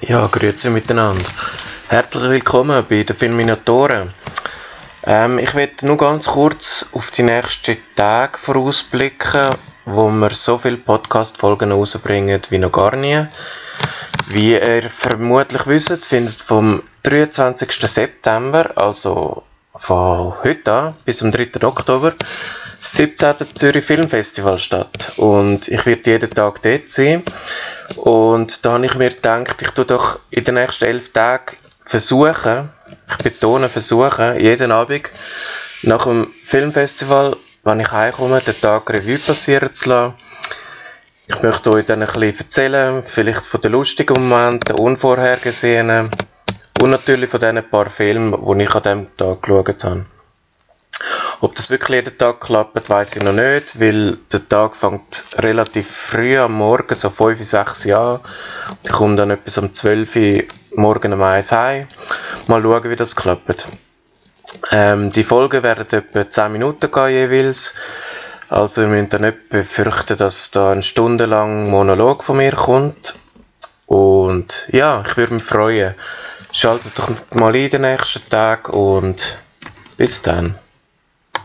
Ja, grüezi miteinander. Herzlich willkommen bei den Filminatoren. Ich werde nur ganz kurz auf die nächsten Tage vorausblicken, wo wir so viele Podcast-Folgen rausbringen wie noch gar nie. Wie ihr vermutlich wisst, findet vom 23. September, also von heute an bis zum 3. Oktober, das 17. Zürich Filmfestival statt. Und ich werde jeden Tag dort sein. Und da habe ich mir gedacht, ich tue doch in den nächsten 11 Tagen versuchen, ich betone versuchen, jeden Abend nach dem Filmfestival, wenn ich heimkomme, den Tag Revue passieren zu lassen. Ich möchte euch dann ein bisschen erzählen, vielleicht von den lustigen Momenten, den unvorhergesehenen und natürlich von den paar Filmen, die ich an diesem Tag geschaut habe. Ob das wirklich jeden Tag klappt, weiss ich noch nicht, weil der Tag fängt relativ früh am Morgen, so 5, 6 Uhr an. Ich komme dann etwas um 12 Uhr morgen um 1 heim. Mal schauen, wie das klappt. Die Folgen werden etwa 10 Minuten gehen jeweils. Also ihr müsst dann nicht befürchten, dass da ein stundenlang Monolog von mir kommt. Und ja, ich würde mich freuen. Schaltet doch mal ein den nächsten Tag und bis dann.